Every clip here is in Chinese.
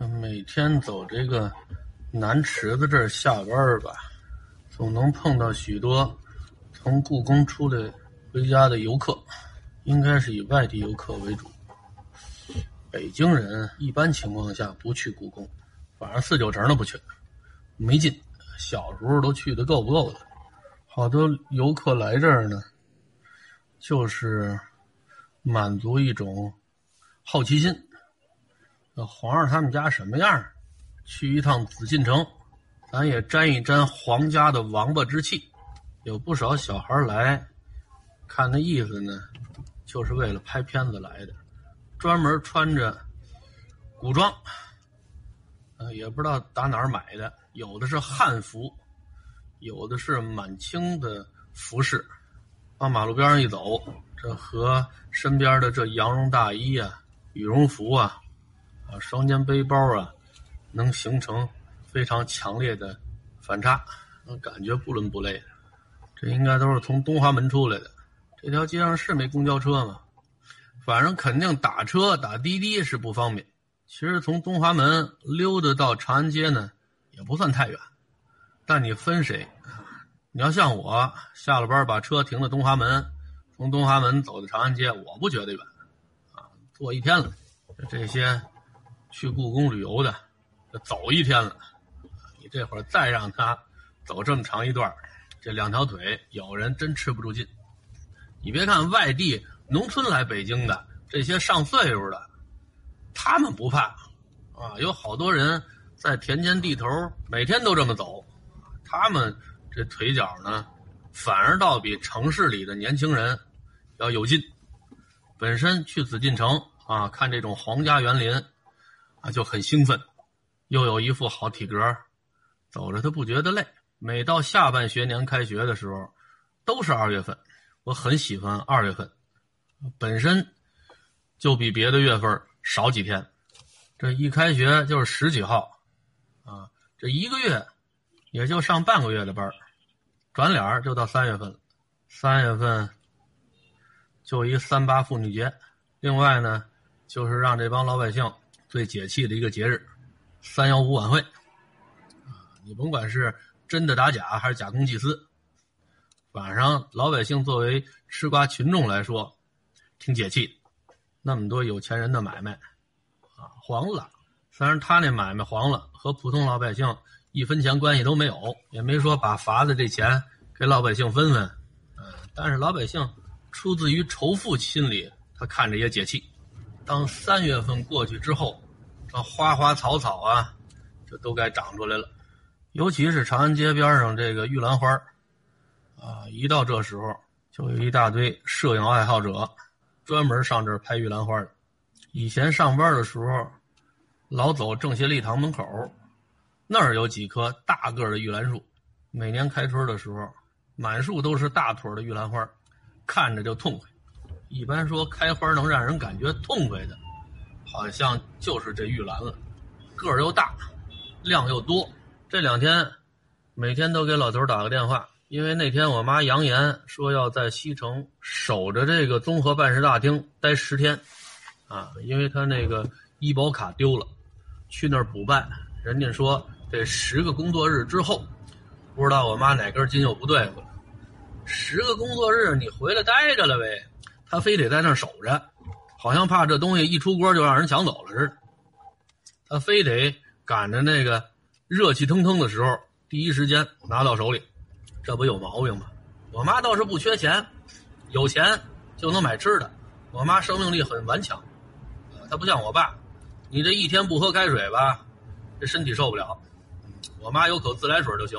每天走这个南池子这儿下班吧，总能碰到许多从故宫出来回家的游客，应该是以外地游客为主。北京人一般情况下不去故宫，反正4、9成都不去，没劲。小时候都去的够不够的。好多游客来这儿呢，就是满足一种好奇心。皇上他们家什么样？去一趟紫禁城，咱也沾一沾皇家的王八之气。有不少小孩来，看那意思呢，就是为了拍片子来的，专门穿着古装，也不知道打哪儿买的，有的是汉服，有的是满清的服饰，往马路边上一走，这和身边的这羊绒大衣啊、羽绒服啊、双肩背包啊，能形成非常强烈的反差，感觉不伦不类的。这应该都是从东华门出来的。这条街上是没公交车吗？反正肯定打车打滴滴是不方便。其实从东华门溜达到长安街呢，也不算太远。但你分谁？你要像我下了班把车停到东华门，从东华门走到长安街，我不觉得远坐一天了。这些去故宫旅游的走一天了，你这会儿再让他走这么长一段，这2条腿有人真吃不住劲。你别看外地农村来北京的这些上岁数的，他们不怕有好多人在田间地头每天都这么走，他们这腿脚呢反而倒比城市里的年轻人要有劲。本身去紫禁城看这种皇家园林就很兴奋，又有一副好体格，走着他不觉得累。每到下半学年开学的时候都是2月份，我很喜欢2月份，本身就比别的月份少几天。这一开学就是10几号这1个月也就上半个月的班，转脸就到3月份了。3月份就一3·8妇女节，另外呢就是让这帮老百姓最解气的一个节日3·15晚会你甭管是真的打假还是假公济私，晚上老百姓作为吃瓜群众来说挺解气的。那么多有钱人的买卖黄了，虽然他那买卖黄了，和普通老百姓1分钱关系都没有，也没说把罚的这钱给老百姓分分但是老百姓出自于仇富心理，他看着也解气。当3月份过去之后，这花花草草就都该长出来了。尤其是长安街边上这个玉兰花一到这时候就有一大堆摄影爱好者专门上这儿拍玉兰花的。以前上班的时候老走政协礼堂门口，那儿有几棵大个的玉兰树，每年开春的时候满树都是大腿的玉兰花，看着就痛快。一般说开花能让人感觉痛快的，好像就是这玉兰了，个儿又大，量又多。这2天每天都给老头打个电话，因为那天我妈扬言说要在西城守着这个综合办事大厅待10天因为他那个医保卡丢了，去那儿补办，人家说这10个工作日之后，不知道我妈哪根筋又不对付了。10个工作日你回来待着了呗，他非得在那儿守着，好像怕这东西一出锅就让人抢走了似的。他非得赶着那个热气腾腾的时候第一时间拿到手里，这不有毛病吗？我妈倒是不缺钱，有钱就能买吃的。我妈生命力很顽强，她不像我爸，你这一天不喝开水吧，这身体受不了。我妈有口自来水就行，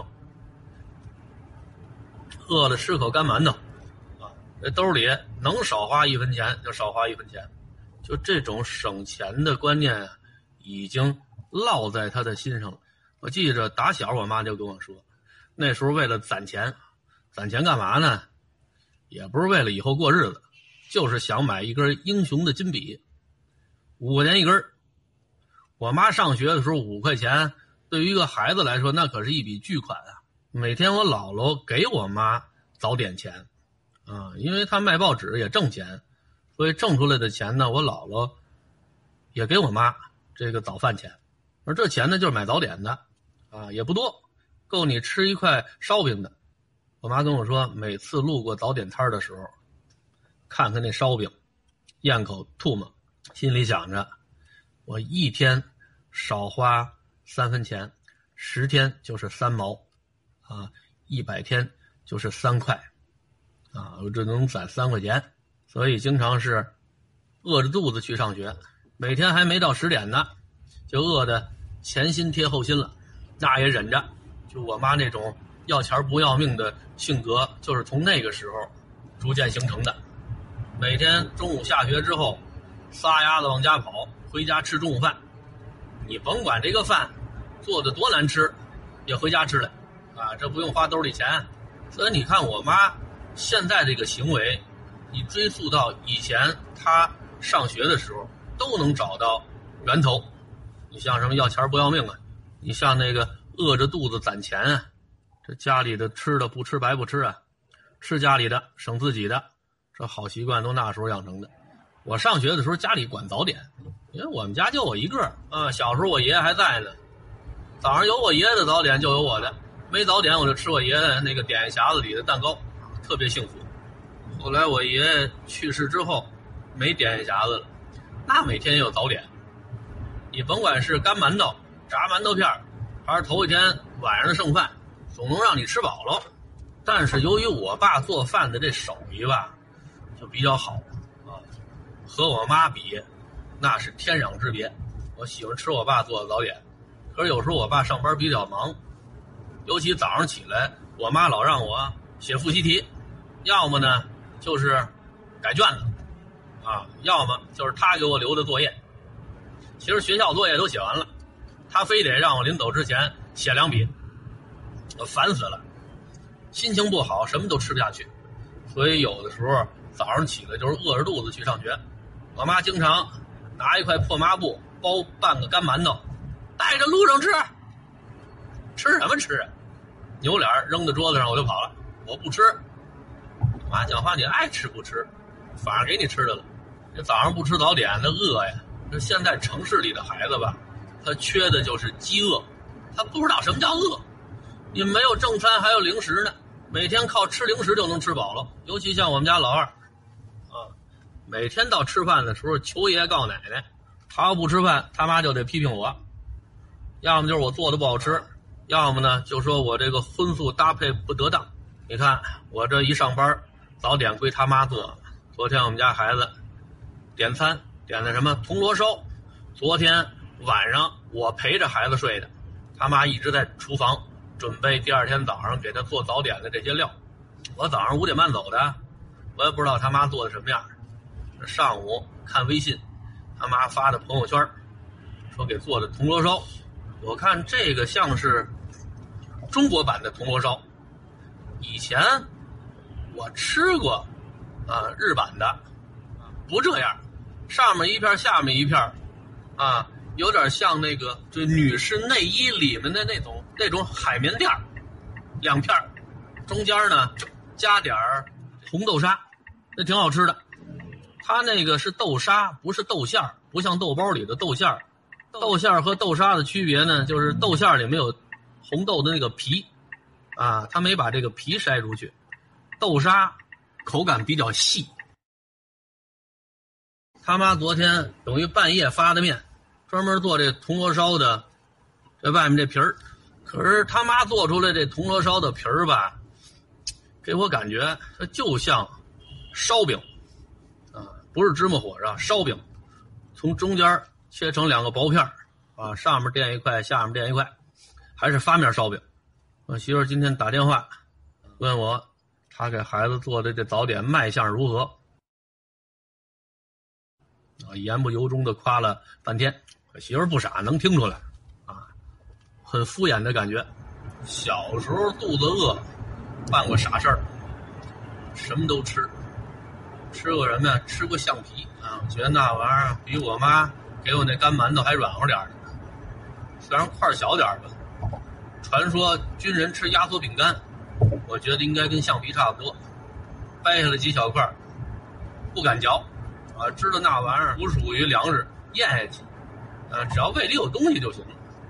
饿了吃口干馒头这兜里能少花1分钱就少花1分钱。就这种省钱的观念已经烙在她的心上了。我记着打小我妈就跟我说，那时候为了攒钱干嘛呢？也不是为了以后过日子，就是想买一根英雄的金笔，5块钱一根。我妈上学的时候5块钱对于一个孩子来说那可是一笔巨款每天我姥姥给我妈早点钱因为她卖报纸也挣钱，所以挣出来的钱呢，我姥姥也给我妈这个早饭钱而这钱呢就是买早点的啊，也不多，够你吃一块烧饼的。我妈跟我说，每次路过早点摊的时候，看看那烧饼，咽口唾沫，心里想着我一天少花3分钱，10天就是3毛啊，100天就是3块啊，我这能攒3块钱，所以经常是饿着肚子去上学，每天还没到10点呢，就饿得前心贴后心了，那也忍着。就我妈那种要钱不要命的性格，就是从那个时候逐渐形成的。每天中午下学之后，撒丫子往家跑，回家吃中午饭。你甭管这个饭做的多难吃，也回家吃来啊，这不用花兜里钱。所以你看我妈现在这个行为，你追溯到以前她上学的时候，都能找到源头。你像什么要钱不要命啊，你像那个饿着肚子攒钱啊，这家里的吃的不吃白不吃啊，吃家里的省自己的，这好习惯都那时候养成的。我上学的时候家里管早点，因为我们家就我一个啊，小时候我爷爷还在呢，早上有我爷爷的早点就有我的，没早点我就吃我爷爷那个点心匣子里的蛋糕，特别幸福。后来我爷爷去世之后没点心匣子了，那每天也有早点，你甭管是干馒头、炸馒头片，还是头一天晚上的剩饭，总能让你吃饱了。但是由于我爸做饭的这手艺吧就比较好啊，和我妈比那是天壤之别。我喜欢吃我爸做的早点，可是有时候我爸上班比较忙，尤其早上起来我妈老让我写复习题，要么呢就是改卷子啊，要么就是他给我留的作业。其实学校作业都写完了，他非得让我临走之前写2笔，我烦死了，心情不好什么都吃不下去。所以有的时候早上起来就是饿着肚子去上学，我妈经常拿一块破抹布包半个干馒头带着路上吃。吃什么吃啊，扭脸扔在桌子上我就跑了，我不吃。我妈讲话，你爱吃不吃，反正给你吃的了。这早上不吃早点那饿呀。这现在城市里的孩子吧，他缺的就是饥饿，他不知道什么叫饿。你没有正餐还有零食呢，每天靠吃零食就能吃饱了。尤其像我们家老二啊，每天到吃饭的时候求爷告奶奶，他要不吃饭他妈就得批评我，要么就是我做的不好吃，要么呢就说我这个荤素搭配不得当。你看我这一上班，早点归他妈做。昨天我们家孩子点餐点的什么铜锣烧，昨天晚上我陪着孩子睡的，他妈一直在厨房准备第二天早上给他做早点的这些料。我早上5点半走的，我也不知道他妈做的什么样。上午看微信他妈发的朋友圈，说给做的铜锣烧，我看这个像是中国版的铜锣烧。以前我吃过日版的，不这样，上面一片下面一片啊，有点像那个就女士内衣里面的那种海绵垫，2片，中间呢加点红豆沙，那挺好吃的。它那个是豆沙，不是豆馅儿，不像豆包里的豆馅儿。豆馅儿和豆沙的区别呢，就是豆馅儿里面有红豆的那个皮啊，它没把这个皮筛出去。豆沙口感比较细。他妈昨天等于半夜发的面，专门做这铜锣烧的这外面这皮儿。可是他妈做出来这铜锣烧的皮儿吧，给我感觉它就像烧饼啊，不是芝麻火烧，烧饼，从中间切成2个薄片啊，上面垫一块，下面垫一块，还是发面烧饼。我媳妇今天打电话问我，她给孩子做的这早点卖相如何啊，言不由衷的夸了半天。我媳妇不傻，能听出来啊，很敷衍的感觉。小时候肚子饿办过傻事儿，什么都吃。吃过什么呀？吃过橡皮啊，我觉得那玩意儿比我妈给我那干馒头还软和点儿，虽然块小点儿吧。传说军人吃压缩饼干，我觉得应该跟橡皮差不多，掰下来几小块不敢嚼啊，知道那玩意儿不属于粮食，咽下去啊，只要胃里有东西就行了。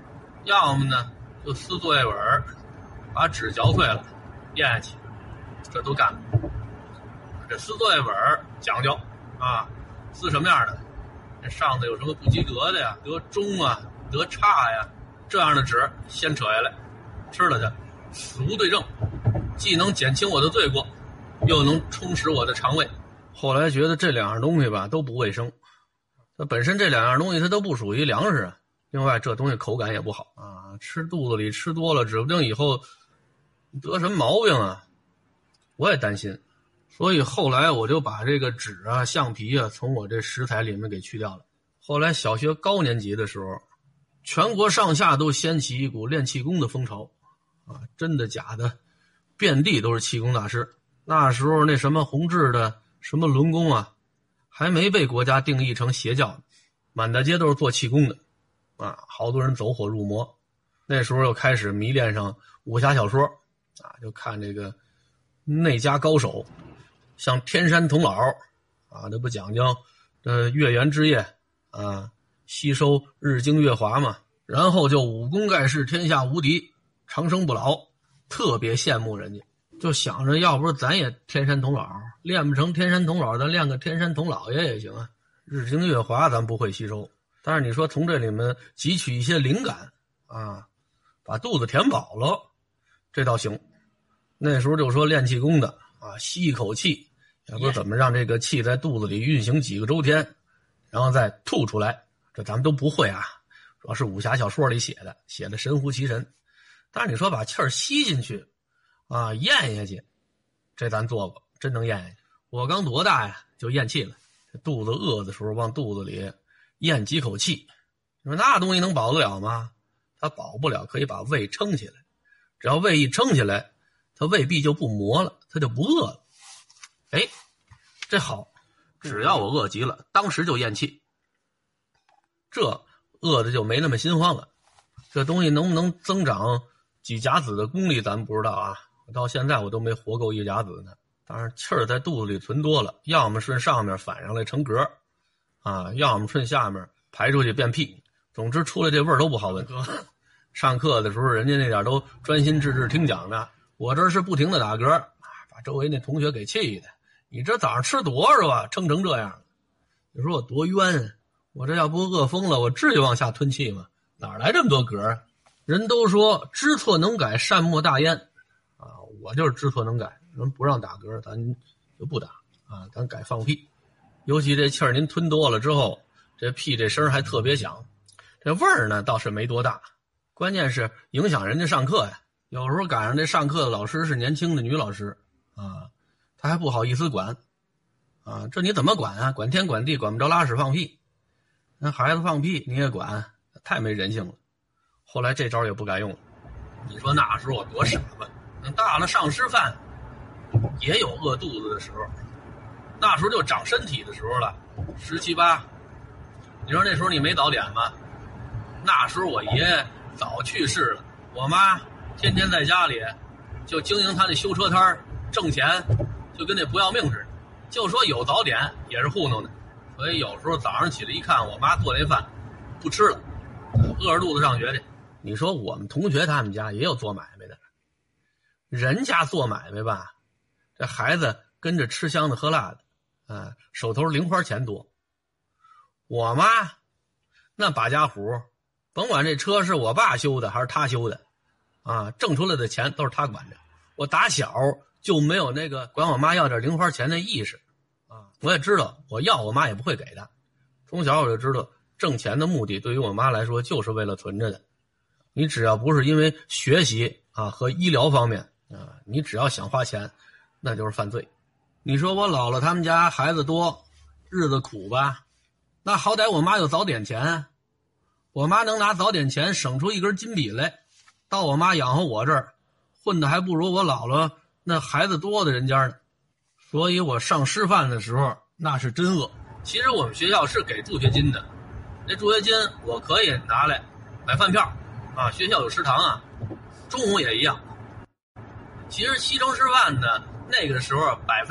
要么呢就撕作业本，把纸嚼碎了咽下去，这都干过。这撕作业本讲究啊，撕什么样的？这上头有什么不及格的呀，得中啊，得差呀，这样的纸先扯下来，吃了去，死无对证，既能减轻我的罪过，又能充实我的肠胃。后来觉得这两样东西吧都不卫生，它本身这两样东西它都不属于粮食啊，另外这东西口感也不好啊，吃肚子里吃多了，指不定以后得什么毛病啊，我也担心。所以后来我就把这个纸啊、橡皮啊从我这食材里面给去掉了。后来小学高年级的时候，全国上下都掀起一股练气功的风潮啊，真的假的，遍地都是气功大师。那时候那什么弘治的什么轮功啊，还没被国家定义成邪教，满大街都是做气功的啊，好多人走火入魔。那时候又开始迷恋上武侠小说啊，就看这个内家高手，像天山童姥啊，那不讲究月圆之夜啊，吸收日精月华嘛，然后就武功盖世，天下无敌，长生不老，特别羡慕人家，就想着要不是咱也天山童姥，练不成天山童姥，咱练个天山童姥爷也行啊。日精月华咱不会吸收，但是你说从这里面汲取一些灵感啊，把肚子填饱了，这倒行。那时候就说练气功的啊，吸一口气，要不怎么让这个气在肚子里运行几个周天，然后再吐出来，这咱们都不会啊，主要是武侠小说里写的神乎其神。但是你说把气儿吸进去啊，咽下去，这咱做过，真能咽下去。我刚多大呀就咽气了，肚子饿的时候往肚子里咽几口气，你说那东西能饱得了吗？它饱不了，可以把胃撑起来，只要胃一撑起来，它胃壁就不磨了，它就不饿了。哎，这好，只要我饿极了，当时就咽气，这饿的就没那么心慌了。这东西能不能增长几甲子的功力咱们不知道啊，到现在我都没活够1甲子呢。当然气儿在肚子里存多了，要么顺上面反上来成嗝啊，要么顺下面排出去变屁，总之出来这味儿都不好闻。上课的时候人家那点都专心致志听讲的，我这是不停的打嗝，把周围那同学给气的。你这早上吃多少啊，撑成这样，你说我多冤，我这要不饿疯了，我至于往下吞气吗？哪来这么多嗝啊？人都说知错能改，善莫大焉啊，我就是知错能改，人不让打嗝咱就不打啊，咱改放屁。尤其这气儿您吞多了之后，这屁这声还特别响，这味儿呢倒是没多大，关键是影响人家上课呀。有时候赶上这上课的老师是年轻的女老师啊，她还不好意思管啊，这你怎么管啊？管天管地管不着拉屎放屁，那孩子放屁你也管，太没人性了。后来这招也不敢用了。你说那时候我多傻吧，等大了上师范也有饿肚子的时候，那时候就长身体的时候了，17、18。你说那时候你没早点吗？那时候我爷爷早去世了，我妈天天在家里就经营他那修车摊挣钱，就跟那不要命似的，就说有早点也是糊弄的。所以有时候早上起来一看我妈做那饭不吃了，饿着肚子上学去。你说我们同学他们家也有做买卖的，人家做买卖吧，这孩子跟着吃香的喝辣的啊，手头零花钱多。我妈那把家伙，甭管这车是我爸修的还是他修的啊，挣出来的钱都是他管着。我打小就没有那个管我妈要点零花钱的意识啊，我也知道我要我妈也不会给的。从小我就知道挣钱的目的对于我妈来说就是为了存着的。你只要不是因为学习啊和医疗方面啊，你只要想花钱那就是犯罪。你说我姥姥他们家孩子多，日子苦吧，那好歹我妈有早点钱，我妈能拿早点钱省出一根金笔来，到我妈养活我这儿，混的还不如我姥姥那孩子多的人家呢。所以我上师范的时候那是真饿。其实我们学校是给助学金的，那助学金我可以拿来买饭票啊，学校有食堂啊，中午也一样。其实西城师范呢，那个时候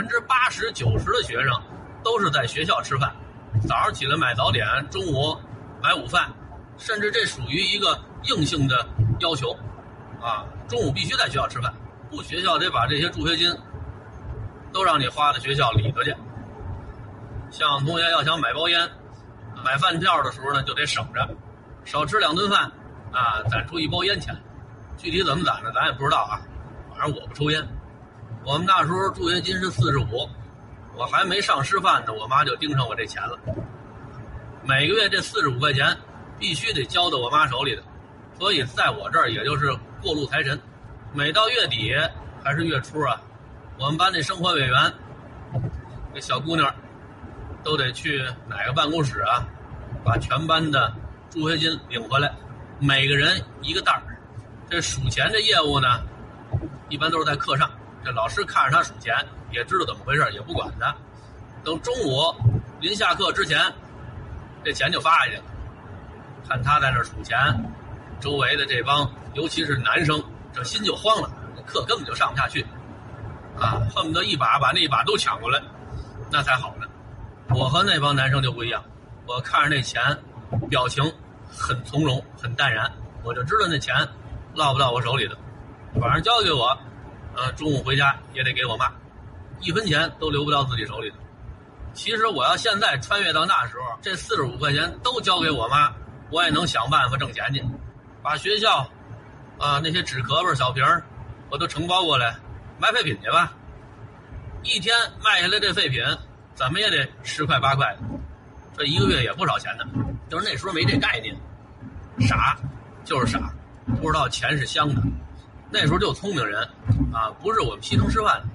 80%、90%的学生都是在学校吃饭，早上起来买早点，中午买午饭， 甚至这属于一个硬性的要求啊，中午必须在学校吃饭，不学校得把这些助学金都让你花在学校里头去。像同学要想买包烟、买饭票的时候呢，就得省着，少吃2顿饭啊，攒出1包烟钱。具体怎么攒的咱也不知道啊，反正我不抽烟。我们那时候助学金是45，我还没上师范呢，我妈就盯上我这钱了。每个月这45块钱必须得交到我妈手里的，所以在我这儿也就是过路财神。每到月底还是月初啊，我们班那生活委员那小姑娘都得去哪个办公室啊，把全班的助学金领回来，每个人1个袋儿。这数钱这业务呢，一般都是在课上，这老师看着他数钱也知道怎么回事，也不管他。等中午临下课之前，这钱就发下去了。看他在那数钱，周围的这帮尤其是男生这心就慌了，课根本就上不下去啊，恨不得一把把那一把都抢过来，那才好呢。我和那帮男生就不一样，我看着那钱表情很从容很淡然，我就知道那钱落不到我手里的，反正交给我中午回家也得给我妈，1分钱都留不到自己手里的。其实我要现在穿越到那时候，这45块钱都交给我妈，我也能想办法挣钱去，把学校那些纸壳子小瓶我都承包过来卖废品去吧。一天卖下来这废品怎么也得10块8块的，这1个月也不少钱呢。就是那时候没这概念，傻就是傻，不知道钱是香的。那时候就聪明人啊，不是我们西城师范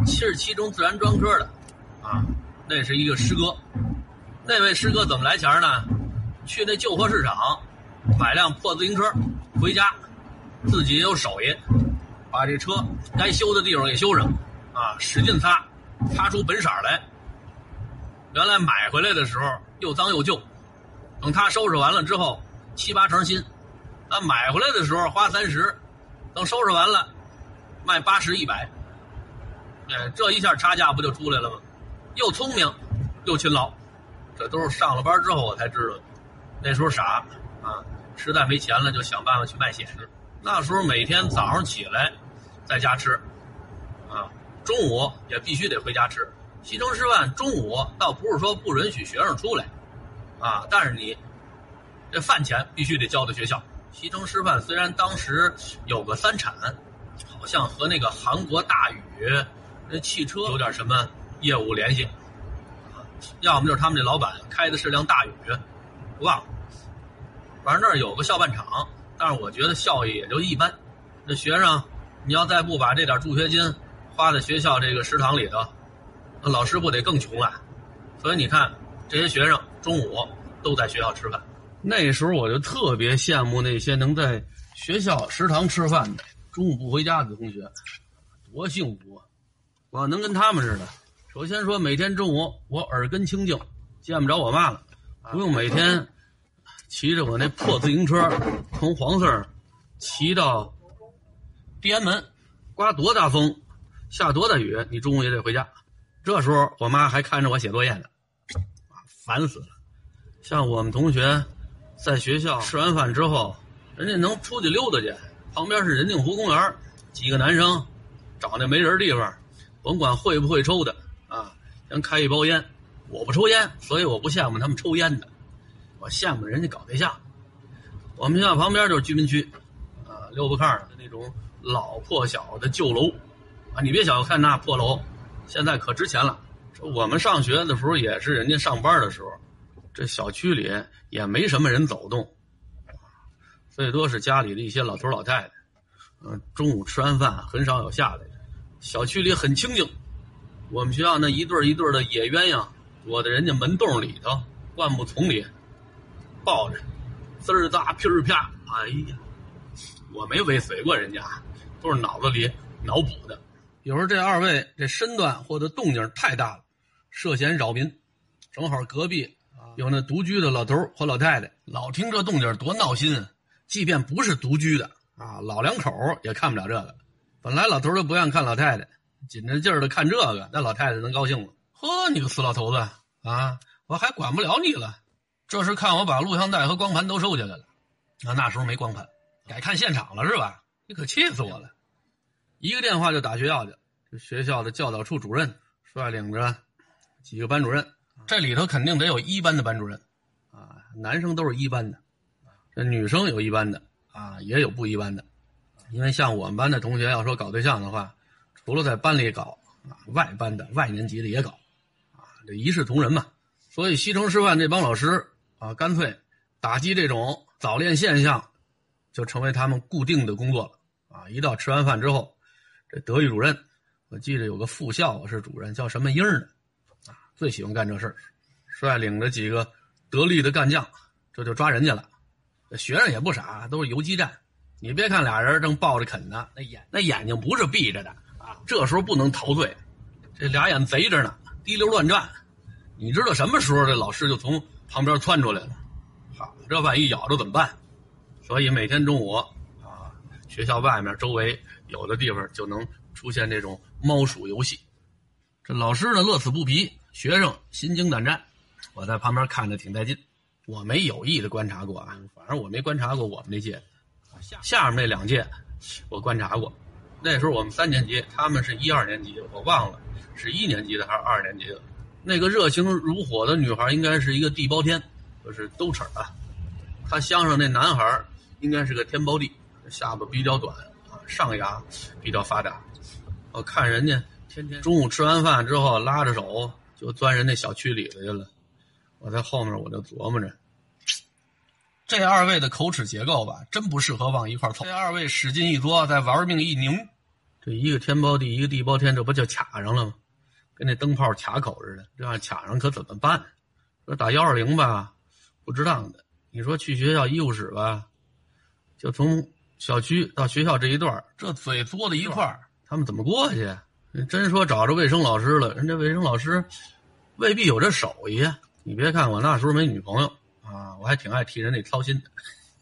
77中自然专科的啊，那是一个师哥。那位师哥怎么来钱呢？去那旧货市场买辆破自行车回家，自己也有手艺，把这车该修的地方给修上啊，使劲擦，擦出本色来。原来买回来的时候又脏又旧，等他收拾完了之后7、8成新。买回来的时候花30，等收拾完了卖80、100，这一下差价不就出来了吗？又聪明又勤劳，这都是上了班之后我才知道。那时候傻啊，实在没钱了就想办法去卖蚬子。那时候每天早上起来在家吃啊，中午也必须得回家吃。西城师范中午倒不是说不允许学生出来啊，但是你这饭钱必须得交到学校。西城师范虽然当时有个3产，好像和那个韩国大宇那汽车有点什么业务联系，要么就是他们这老板开的是辆大宇，忘了。反正那儿有个校办厂，但是我觉得效益也就一般。这学生你要再不把这点助学金花在学校这个食堂里头，那老师不得更穷了。所以你看这些学生中午都在学校吃饭。那时候我就特别羡慕那些能在学校食堂吃饭的中午不回家的同学，多幸福啊！我能跟他们似的。首先说每天中午我耳根清净，见不着我妈了，不用每天骑着我那破自行车从黄色骑到地安门，刮多大风下多大雨你中午也得回家。这时候我妈还看着我写作业呢，烦死了。像我们同学在学校吃完饭之后，人家能出去溜达去，旁边是人定湖公园，几个男生找那没人地方，甭管会不会抽的啊，先开一包烟。我不抽烟，所以我不羡慕他们抽烟的，我羡慕人家搞对象。我们学校旁边就是居民区啊，6步炕的那种老破小的旧楼啊，你别小看那破楼，现在可值钱了。我们上学的时候也是人家上班的时候，这小区里也没什么人走动，最多是家里的一些老头老太太。中午吃完饭很少有下来的，小区里很清静。我们学校那一对一对的野鸳鸯躲在人家门洞里头灌木丛里抱着，滋儿哒噼儿啪。哎呀，我没尾随过人家，都是脑子里脑补的。有时候这2位这身段或者动静太大了，涉嫌扰民，正好隔壁有那独居的老头或老太太，老听这动静多闹心啊！即便不是独居的啊，老两口也看不了这个。本来老头就不愿看老太太，紧着劲儿的看这个，那老太太能高兴吗？呵，你个死老头子啊！我还管不了你了。这是看我把录像带和光盘都收下来了， 那时候没光盘，改看现场了是吧？你可气死我了！一个电话就打学校去，这学校的教导处主任率领着几个班主任，这里头肯定得有一班的班主任啊，男生都是一班的，这女生有一班的啊，也有不一班的。因为像我们班的同学要说搞对象的话，除了在班里搞啊，外班的外年级的也搞啊，这一视同仁嘛。所以西城师范这帮老师啊，干脆打击这种早恋现象，就成为他们固定的工作了啊。一到吃完饭之后，这德育主任，我记得有个副校是主任，叫什么英的啊，最喜欢干这事儿，率领着几个得力的干将，这就抓人家了。学生也不傻，都是游击战。你别看俩人正抱着啃呢，那眼睛不是闭着的啊，这时候不能陶醉，这俩眼贼着呢，滴溜乱转。你知道什么时候这老师就从旁边窜出来了？好，这万一咬着怎么办？所以每天中午啊，学校外面周围有的地方就能出现这种猫鼠游戏。这老师呢乐此不疲，学生心惊胆战。我在旁边看着挺带劲，我没有意的观察过啊，反正我没观察过我们那届，下面那2届我观察过。那时候我们3年级，他们是1、2年级，我忘了是1年级的还是2年级的。那个热情如火的女孩应该是一个地包天，就是兜齿啊。她相上那男孩应该是个天包地，下巴比较短啊，上牙比较发达。我看人家天天中午吃完饭之后拉着手就钻人那小区里头去了。我在后面我就琢磨着，这2位的口齿结构吧，真不适合往一块凑。这2位使劲一作，再玩命一拧，这一个天包地，一个地包天，这不就卡上了吗？跟那灯泡卡口似的，这样卡上可怎么办？说打120吧，不值当的。你说去学校医务室吧，就从小区到学校这一段，这嘴嘬在一块，他们怎么过去？真说找着卫生老师了，人家卫生老师未必有这手艺啊。你别看我那时候没女朋友啊，我还挺爱替人家操心的。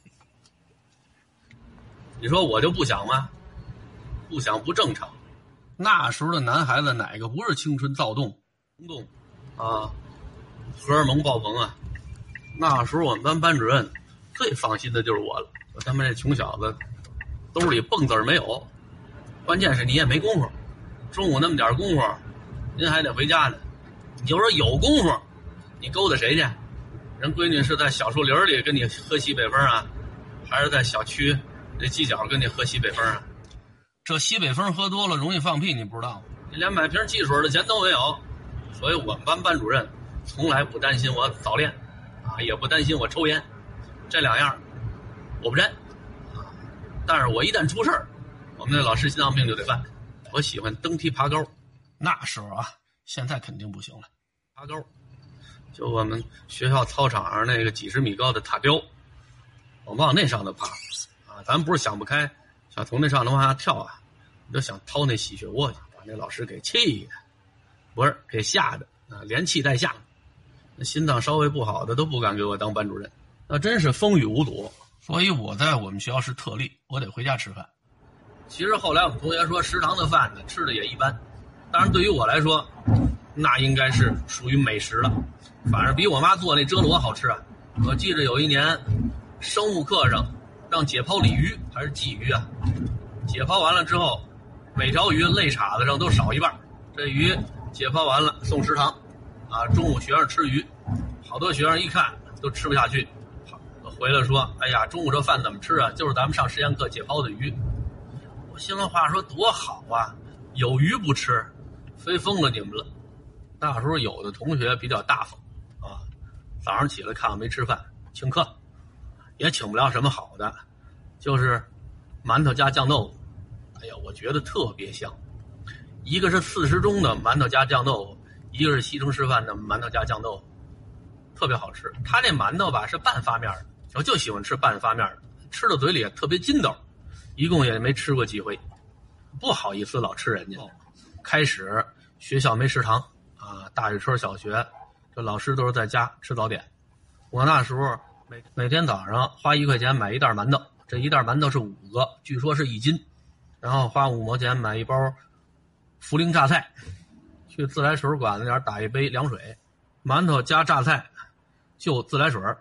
你说我就不想吗？不想不正常。那时候的男孩子哪个不是青春躁动、冲动啊，荷尔蒙爆棚啊？那时候我们班班主任最放心的就是我了。我他妈这穷小子，兜里蹦子儿没有，关键是你也没功夫。中午那么点功夫，您还得回家呢。你就说有功夫，你勾搭谁去？人闺女是在小树林里跟你喝西北风啊，还是在小区这犄角跟你喝西北风啊？这西北风喝多了容易放屁，你不知道吗？你连买瓶汽水的钱都没有。所以我们班班主任从来不担心我早恋啊，也不担心我抽烟，这2样我不沾啊。但是我一旦出事儿，我们那老师心脏病就得犯。我喜欢登梯爬高，那时候啊，现在肯定不行了。爬高，就我们学校操场上那个几十米高的塔标，我往那上头爬啊。咱不是想不开，想从那上头往下跳啊，我就想掏那吸血窝去，把那老师给气的，不是给吓的啊，连气带吓。那心脏稍微不好的都不敢给我当班主任，那真是风雨无阻。所以我在我们学校是特例，我得回家吃饭。其实后来我们同学说食堂的饭呢吃的也一般，当然对于我来说那应该是属于美食了，反正比我妈做那遮罗好吃啊。我记得有一年生物课上让解剖鲤鱼还是鲫鱼啊，解剖完了之后每条鱼肋叉子上都少一半，这鱼解剖完了送食堂啊。中午学生吃鱼，好多学生一看都吃不下去，回来说哎呀，中午这饭怎么吃啊？就是咱们上实验课解剖的鱼。我心里话说多好啊，有鱼不吃，非疯了你们了。那时候有的同学比较大方啊，早上起来看我没吃饭，请客，也请不了什么好的，就是馒头加酱豆腐。哎呀，我觉得特别香。一个是40中的馒头加酱豆腐，一个是西城师范的馒头加酱豆腐，特别好吃。他这馒头吧是半发面的，我就喜欢吃半发面的，吃到嘴里也特别筋道。一共也没吃过几回，不好意思老吃人家。开始学校没食堂啊，大雨村小学这老师都是在家吃早点。我那时候每天早上花1块钱买一袋馒头，这一袋馒头是5个，据说是1斤，然后花5毛钱买一包涪陵榨菜，去自来水管子点打一杯凉水，馒头加榨菜就自来水，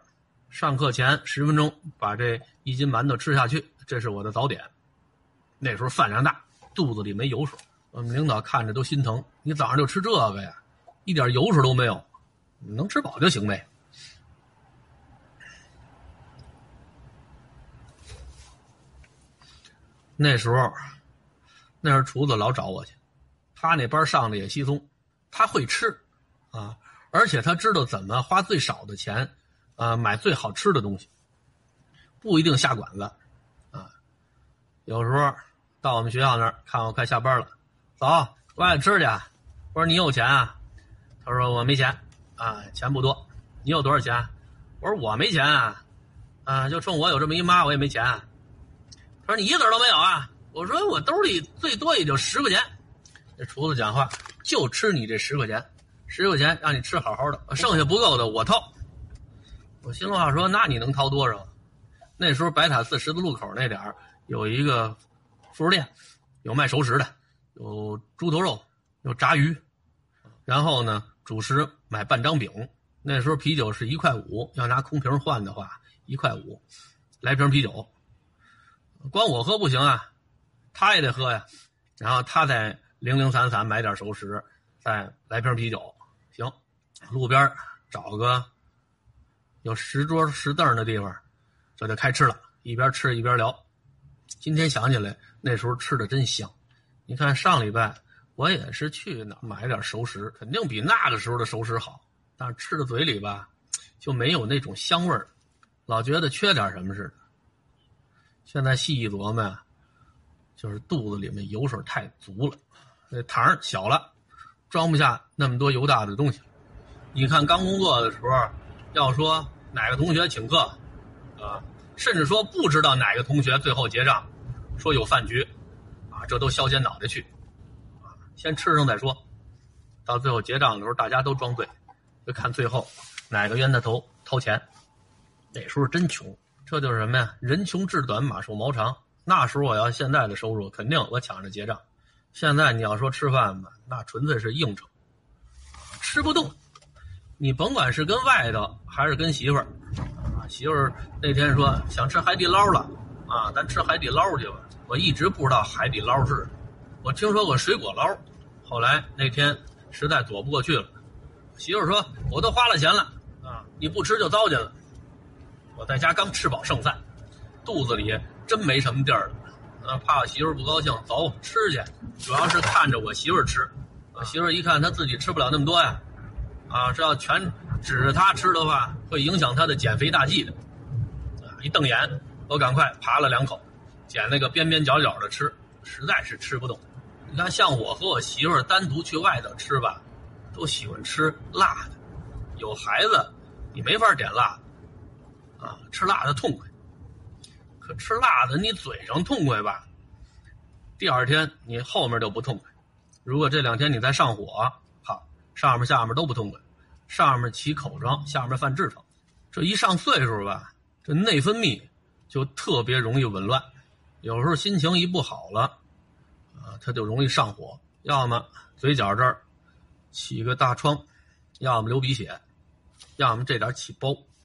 上课前10分钟把这1斤馒头吃下去，这是我的早点。那时候饭量大，肚子里没油水，我们领导看着都心疼，你早上就吃这个呀，一点油水都没有，能吃饱就行呗。那时候厨子老找我去，他那班上的也稀松，他会吃啊，而且他知道怎么花最少的钱买最好吃的东西，不一定下馆子啊。有时候到我们学校那儿看我快下班了，走，外头吃去。我说你有钱啊？他说我没钱啊，钱不多。你有多少钱？我说我没钱啊，就冲我有这么一妈，我也没钱。他说你一子都没有啊？我说我兜里最多也就10块钱。这厨子讲话，就吃你这10块钱，10块钱让你吃好好的，剩下不够的我掏。我心里话说，那你能掏多少？那时候白塔寺十字路口那点儿有一个副食店，有卖熟食的，有猪头肉，有炸鱼，然后呢主食买半张饼。那时候啤酒是1块5，要拿空瓶换的话1块5，来瓶啤酒。光我喝不行啊，他也得喝呀。然后他再零零散散买点熟食，再来瓶啤酒。行，路边找个有10桌10凳的地方，这就开吃了，一边吃一边聊。今天想起来，那时候吃的真香。你看上礼拜我也是去哪买点熟食，肯定比那个时候的熟食好，但是吃到嘴里吧，就没有那种香味儿，老觉得缺点什么似的。现在细一琢磨呀，就是肚子里面油水太足了，那糖小了，装不下那么多油大的东西。你看刚工作的时候，要说哪个同学请客甚至说不知道哪个同学最后结账说有饭局这都削尖脑袋去先吃上再说，到最后结账的时候大家都装醉，就看最后哪个冤大头掏钱。那时候真穷，这就是什么呀？人穷志短，马瘦毛长。那时候我要现在的收入，肯定我抢着结账。现在你要说吃饭吧，那纯粹是应酬，吃不动。你甭管是跟外头还是跟媳妇儿媳妇儿那天说想吃海底捞了咱吃海底捞去吧。我一直不知道海底捞是，我听说过水果捞，后来那天实在躲不过去了，媳妇儿说我都花了钱了你不吃就糟践了。我在家刚吃饱剩饭，肚子里真没什么地儿了怕我媳妇儿不高兴，走吃去。主要是看着我媳妇儿吃，我媳妇儿一看她自己吃不了那么多呀这要全指着她吃的话，会影响她的减肥大计的一瞪眼，我赶快扒了2口，捡那个边边角角的吃，实在是吃不动。你看像我和我媳妇儿单独去外头吃吧，都喜欢吃辣的，有孩子你没法点辣的吃辣的痛快。可吃辣的你嘴上痛快吧，第2天你后面就不痛快。如果这2天你再上火，好，上面下面都不痛快，上面起口疮，下面犯痔疮。这一上岁数吧，这内分泌就特别容易紊乱，有时候心情一不好了它就容易上火，要么嘴角这儿起个大疮，要么流鼻血，要么这点起包。